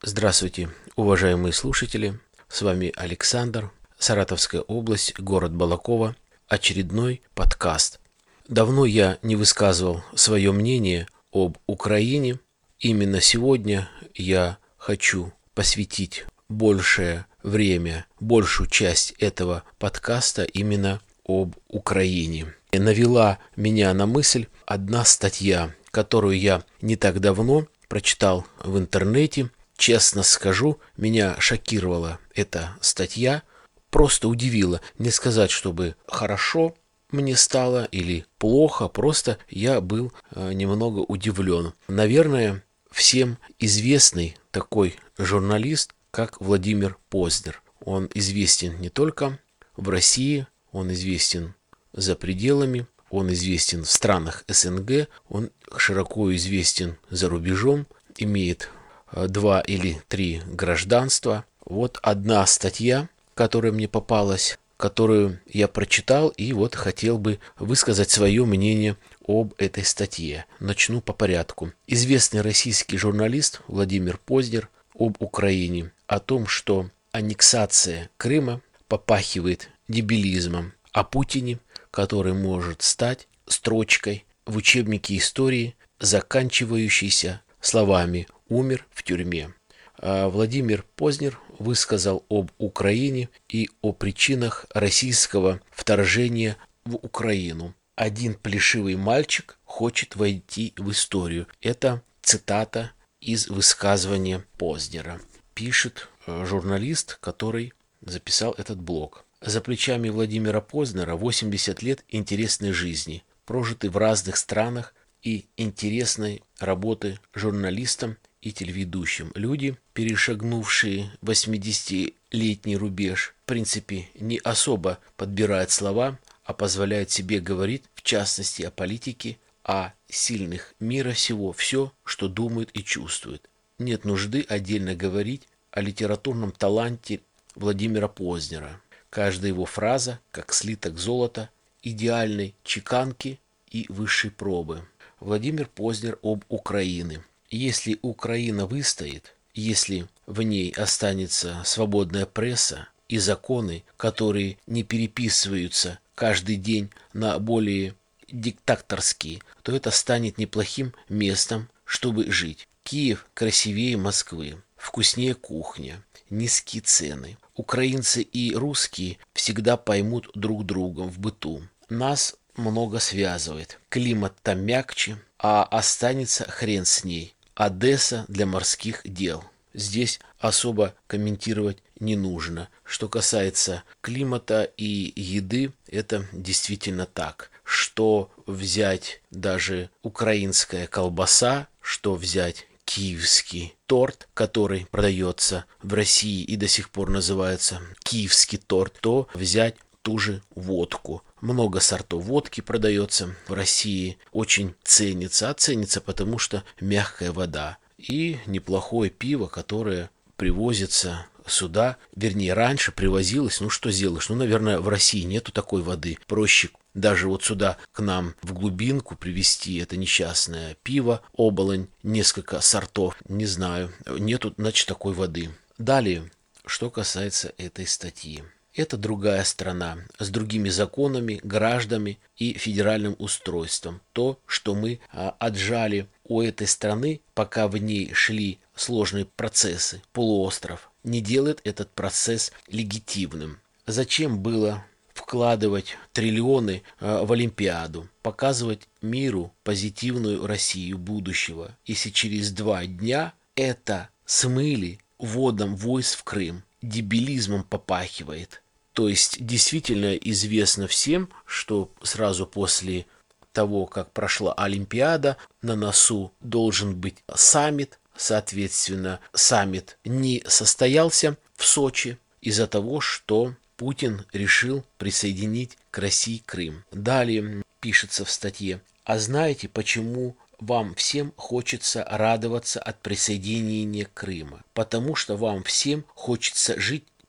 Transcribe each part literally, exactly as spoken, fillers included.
Здравствуйте, уважаемые слушатели! С вами Александр, Саратовская область, город Балаково, очередной подкаст. Давно я не высказывал свое мнение об Украине. Именно сегодня я хочу посвятить большее время, большую часть этого подкаста именно об Украине. Навела меня на мысль одна статья, которую я не так давно прочитал в интернете. Честно скажу, меня шокировала эта статья, просто удивила. Не сказать, чтобы хорошо мне стало или плохо, просто я был немного удивлен. Наверное, всем известный такой журналист, как Владимир Познер. Он известен не только в России, он известен за пределами, он известен в странах СНГ, он широко известен за рубежом, имеет два или три гражданства. Вот одна статья, которая мне попалась, которую я прочитал, и вот хотел бы высказать свое мнение об этой статье. Начну по порядку. Известный российский журналист Владимир Познер об Украине, о том, что аннексация Крыма попахивает дебилизмом, о Путине, который может стать строчкой в учебнике истории, заканчивающейся словами «умер в тюрьме». Владимир Познер высказал об Украине и о причинах российского вторжения в Украину. «Один плешивый мальчик хочет войти в историю». Это цитата из высказывания Познера. Пишет журналист, который записал этот блог. За плечами Владимира Познера восемьдесят лет интересной жизни, прожитой в разных странах и интересной работы журналистом и телеведущим. Люди, перешагнувшие восьмидесятилетний рубеж, в принципе, не особо подбирают слова, а позволяют себе говорить, в частности, о политике, о сильных мира сего, все, что думают и чувствуют. Нет нужды отдельно говорить о литературном таланте Владимира Познера. Каждая его фраза, как слиток золота, идеальной чеканки и высшей пробы. Владимир Познер об Украине. Если Украина выстоит, если в ней останется свободная пресса и законы, которые не переписываются каждый день на более диктаторские, то это станет неплохим местом, чтобы жить. Киев красивее Москвы, вкуснее кухня, низкие цены. Украинцы и русские всегда поймут друг друга в быту. Нас много связывает. Климат там мягче, а останется хрен с ней. Одесса для морских дел. Здесь особо комментировать не нужно. Что касается климата и еды, это действительно так. Что взять даже украинская колбаса, что взять киевский торт, который продается в России и до сих пор называется киевский торт, то взять ту же водку. Много сортов водки продается в России, очень ценится, а ценится потому, что мягкая вода. И неплохое пиво, которое привозится сюда, вернее, раньше привозилось, ну что сделаешь, ну, наверное, в России нету такой воды, проще даже вот сюда к нам в глубинку привезти это несчастное пиво, оболонь, несколько сортов, не знаю, нету, значит, такой воды. Далее, что касается этой статьи. Это другая страна, с другими законами, гражданами и федеральным устройством. То, что мы а, отжали у этой страны, пока в ней шли сложные процессы, полуостров, не делает этот процесс легитимным. Зачем было вкладывать триллионы а, в Олимпиаду, показывать миру позитивную Россию будущего, если через два дня это смыли вводом войск в Крым? Дебилизмом попахивает. То есть действительно известно всем, что сразу после того, как прошла Олимпиада, на носу должен быть саммит. Соответственно, саммит не состоялся в Сочи из-за того, что Путин решил присоединить к России Крым. Далее пишется в статье: а знаете, почему вам всем хочется радоваться от присоединения Крыма? Потому что вам всем хочется жить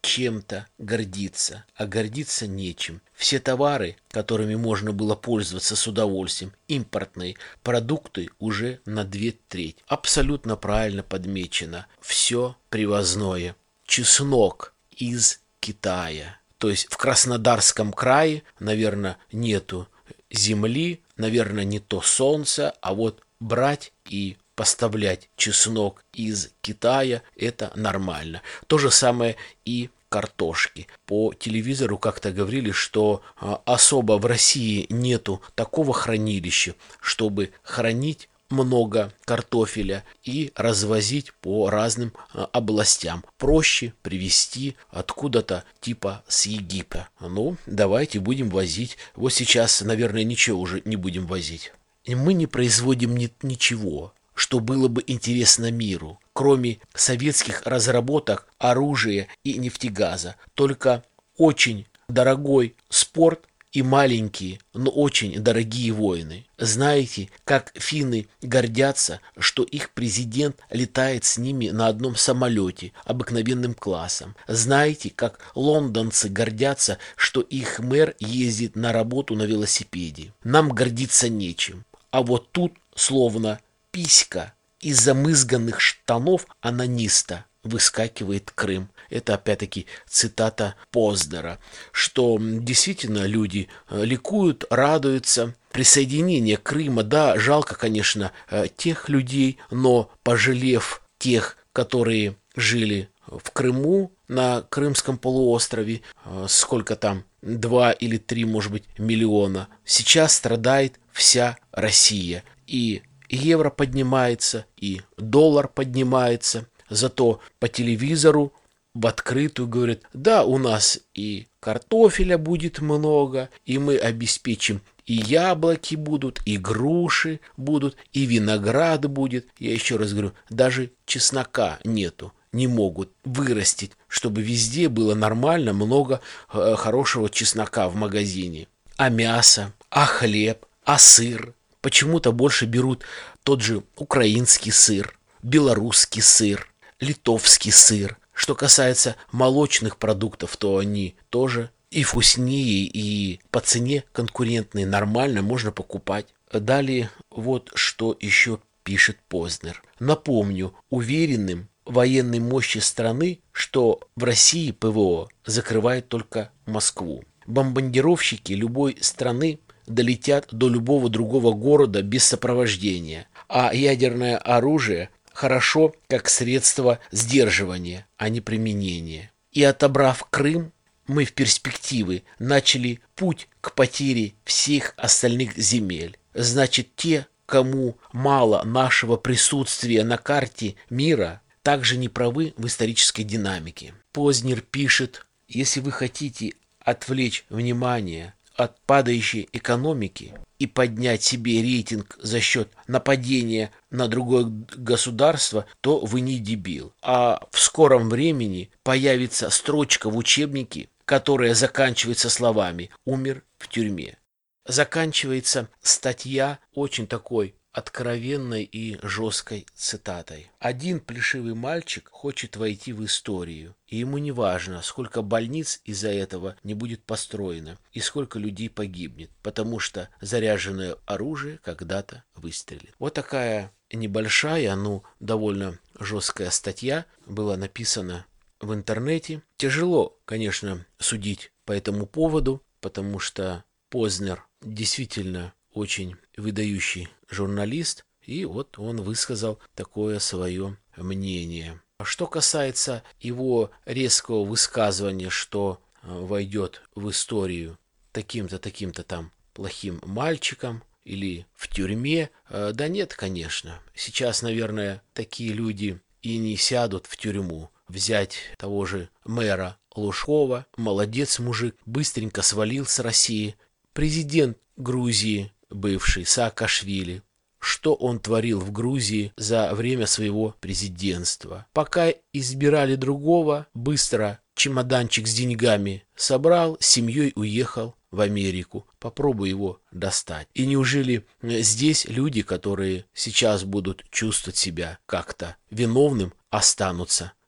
чем-то гордиться, а гордиться нечем. Все товары, которыми можно было пользоваться с удовольствием, импортные продукты уже на две трети. Абсолютно правильно подмечено. Все привозное. Чеснок из Китая. То есть в Краснодарском крае, наверное, нету земли, наверное, не то солнце, а вот брать и поставлять чеснок из Китая – это нормально. То же самое и картошки. По телевизору как-то говорили, что особо в России нету такого хранилища, чтобы хранить много картофеля и развозить по разным областям. Проще привезти откуда-то типа с Египта. Ну, давайте будем возить. Вот сейчас, наверное, ничего уже не будем возить. И мы не производим ни- ничего, что было бы интересно миру, кроме советских разработок оружия и нефтегаза. Только очень дорогой спорт и маленькие, но очень дорогие войны. Знаете, как финны гордятся, что их президент летает с ними на одном самолете, обыкновенным классом. Знаете, как лондонцы гордятся, что их мэр ездит на работу на велосипеде. Нам гордиться нечем. А вот тут, словно писька из замызганных штанов анониста, выскакивает Крым. Это опять-таки цитата Познера, что действительно люди ликуют, радуются. Присоединение Крыма, да, жалко, конечно, тех людей, но пожалев тех, которые жили в Крыму, на Крымском полуострове, сколько там, два или три, может быть, миллиона, сейчас страдает вся Россия. И евро поднимается, и доллар поднимается. Зато по телевизору в открытую говорят: да, у нас и картофеля будет много, и мы обеспечим, и яблоки будут, и груши будут, и виноград будет. Я еще раз говорю, даже чеснока нету, не могут вырастить, чтобы везде было нормально, много э, хорошего чеснока в магазине. А мясо, а хлеб, а сыр? Почему-то больше берут тот же украинский сыр, белорусский сыр, литовский сыр. Что касается молочных продуктов, то они тоже и вкуснее, и по цене конкурентные, нормально можно покупать. Далее вот что еще пишет Познер. Напомню уверенным военной мощи страны, что в России ПВО закрывает только Москву. Бомбардировщики любой страны долетят до любого другого города без сопровождения, а ядерное оружие хорошо как средство сдерживания, а не применения. И отобрав Крым, мы в перспективе начали путь к потере всех остальных земель. Значит, те, кому мало нашего присутствия на карте мира, также не правы в исторической динамике. Познер пишет: если вы хотите отвлечь внимание от падающей экономики и поднять себе рейтинг за счет нападения на другое государство, то вы не дебил. А в скором времени появится строчка в учебнике, которая заканчивается словами «умер в тюрьме». Заканчивается статья очень такой откровенной и жесткой цитатой. Один плешивый мальчик хочет войти в историю, и ему не важно, сколько больниц из-за этого не будет построено и сколько людей погибнет, потому что заряженное оружие когда-то выстрелит. Вот такая небольшая, но довольно жесткая статья была написана в интернете. Тяжело, конечно, судить по этому поводу, потому что Познер действительно очень выдающий журналист, и вот он высказал такое свое мнение. Что касается его резкого высказывания, что войдет в историю таким-то, таким-то там плохим мальчиком или в тюрьме, да нет, конечно. Сейчас, наверное, такие люди и не сядут в тюрьму. Взять того же мэра Лужкова, молодец мужик, быстренько свалил с России. Президент Грузии, бывший Саакашвили, что он творил в Грузии за время своего президентства. Пока избирали другого, быстро чемоданчик с деньгами собрал, с семьей уехал в Америку. Попробуй его достать. И неужели здесь люди, которые сейчас будут чувствовать себя как-то виновным, останутся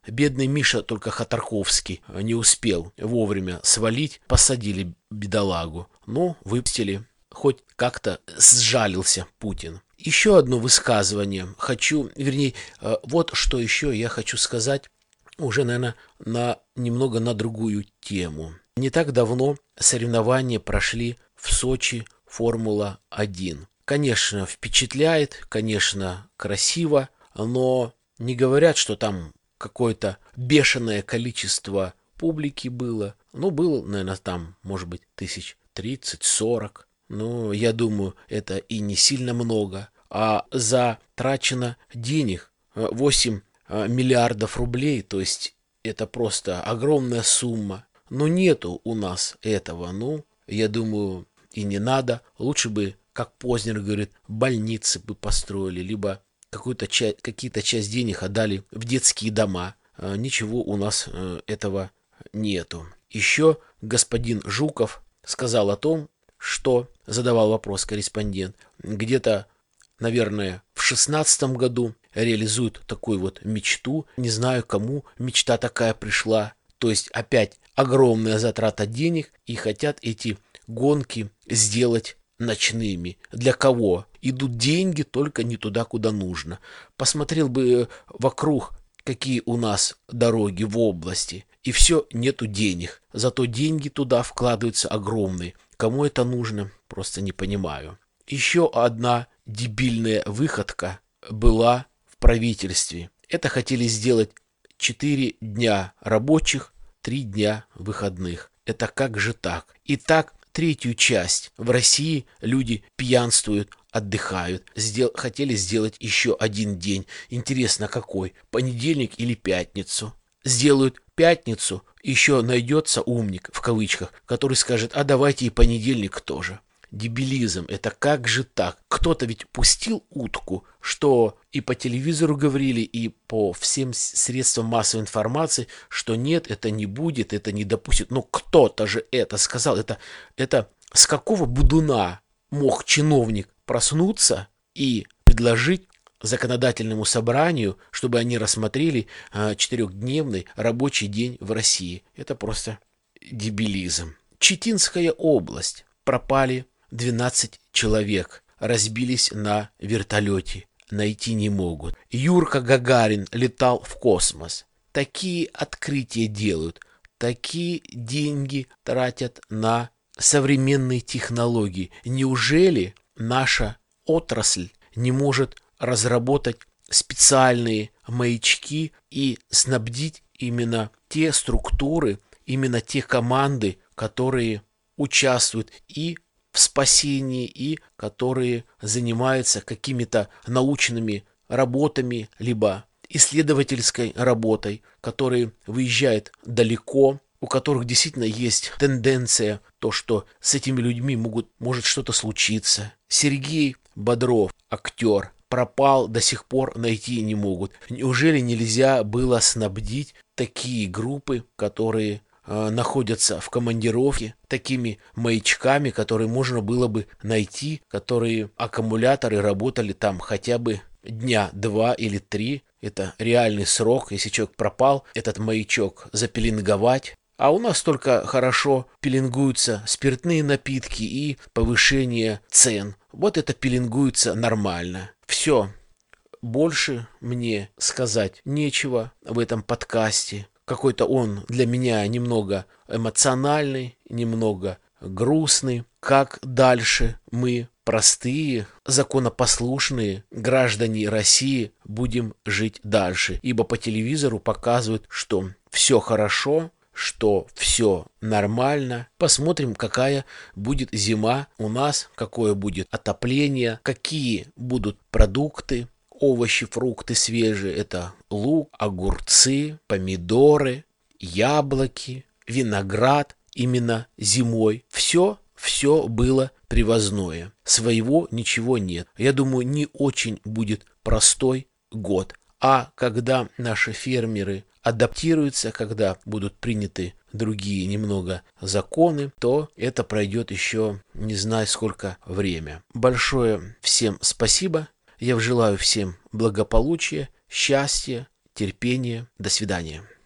Бедный Миша, только Ходорковский не успел вовремя свалить, посадили бедолагу. Ну, выпустили. Хоть как-то сжалился Путин. Еще одно высказывание хочу, вернее, вот что еще я хочу сказать, уже, наверное, на, немного на другую тему. Не так давно соревнования прошли в Сочи Формула один. Конечно, впечатляет, конечно, красиво, но не говорят, что там какое-то бешеное количество публики было. Ну, было, наверное, там, может быть, тысяч тридцать-сорок. Ну, я думаю, это и не сильно много. А затрачено денег восемь миллиардов рублей, то есть это просто огромная сумма. Но нету у нас этого. Ну, я думаю, и не надо. Лучше бы, как Познер говорит, больницы бы построили, либо какую-то часть, какие-то часть денег отдали в детские дома. Ничего у нас этого нету. Еще господин Жуков сказал о том, что задавал вопрос корреспондент, где-то, наверное, в шестнадцатом году реализуют такую вот мечту. Не знаю, кому мечта такая пришла. То есть опять огромная затрата денег, и хотят эти гонки сделать ночными. Для кого? Идут деньги только не туда, куда нужно. Посмотрел бы вокруг, какие у нас дороги в области, и все, нету денег. Зато деньги туда вкладываются огромные. Кому это нужно, просто не понимаю. Еще одна дебильная выходка была в правительстве. Это хотели сделать четыре дня рабочих, три дня выходных. Это как же так? И так третью часть в России люди пьянствуют, отдыхают. Сдел- хотели сделать еще один день. Интересно, какой? Понедельник или пятницу? Сделают пятницу, еще найдется умник, в кавычках, который скажет, а давайте и понедельник тоже. Дебилизм, это как же так? Кто-то ведь пустил утку, что и по телевизору говорили, и по всем средствам массовой информации, что нет, это не будет, это не допустит. Но кто-то же это сказал. Это, это с какого будуна мог чиновник проснуться и предложить законодательному собранию, чтобы они рассмотрели а, четырехдневный рабочий день в России? Это просто дебилизм. Читинская область. Пропали двенадцать человек. Разбились на вертолете. Найти не могут. Юрка Гагарин летал в космос. Такие открытия делают. Такие деньги тратят на современные технологии. Неужели наша отрасль не может разработать специальные маячки и снабдить именно те структуры, именно те команды, которые участвуют и в спасении, и которые занимаются какими-то научными работами, либо исследовательской работой, которые выезжают далеко, у которых действительно есть тенденция, то, что с этими людьми могут, может что-то случиться. Сергей Бодров, актер, пропал, до сих пор найти не могут. Неужели нельзя было снабдить такие группы, которые э, находятся в командировке, такими маячками, которые можно было бы найти, которые аккумуляторы работали там хотя бы дня два или три. Это реальный срок. Если человек пропал, этот маячок запеленговать. А у нас только хорошо пеленгуются спиртные напитки и повышение цен. Вот это пеленгуется нормально. Все. Больше мне сказать нечего в этом подкасте. Какой-то он для меня немного эмоциональный, немного грустный. Как дальше мы, простые, законопослушные граждане России, будем жить дальше? Ибо по телевизору показывают, что все хорошо, что все нормально. Посмотрим, какая будет зима у нас, какое будет отопление, какие будут продукты, овощи, фрукты свежие. Это лук, огурцы, помидоры, яблоки, виноград именно зимой. Все, все было привозное. Своего ничего нет. Я думаю, не очень будет простой год. А когда наши фермеры адаптируются, когда будут приняты другие немного законы, то это пройдет еще не знаю сколько время. Большое всем спасибо. Я желаю всем благополучия, счастья, терпения. До свидания.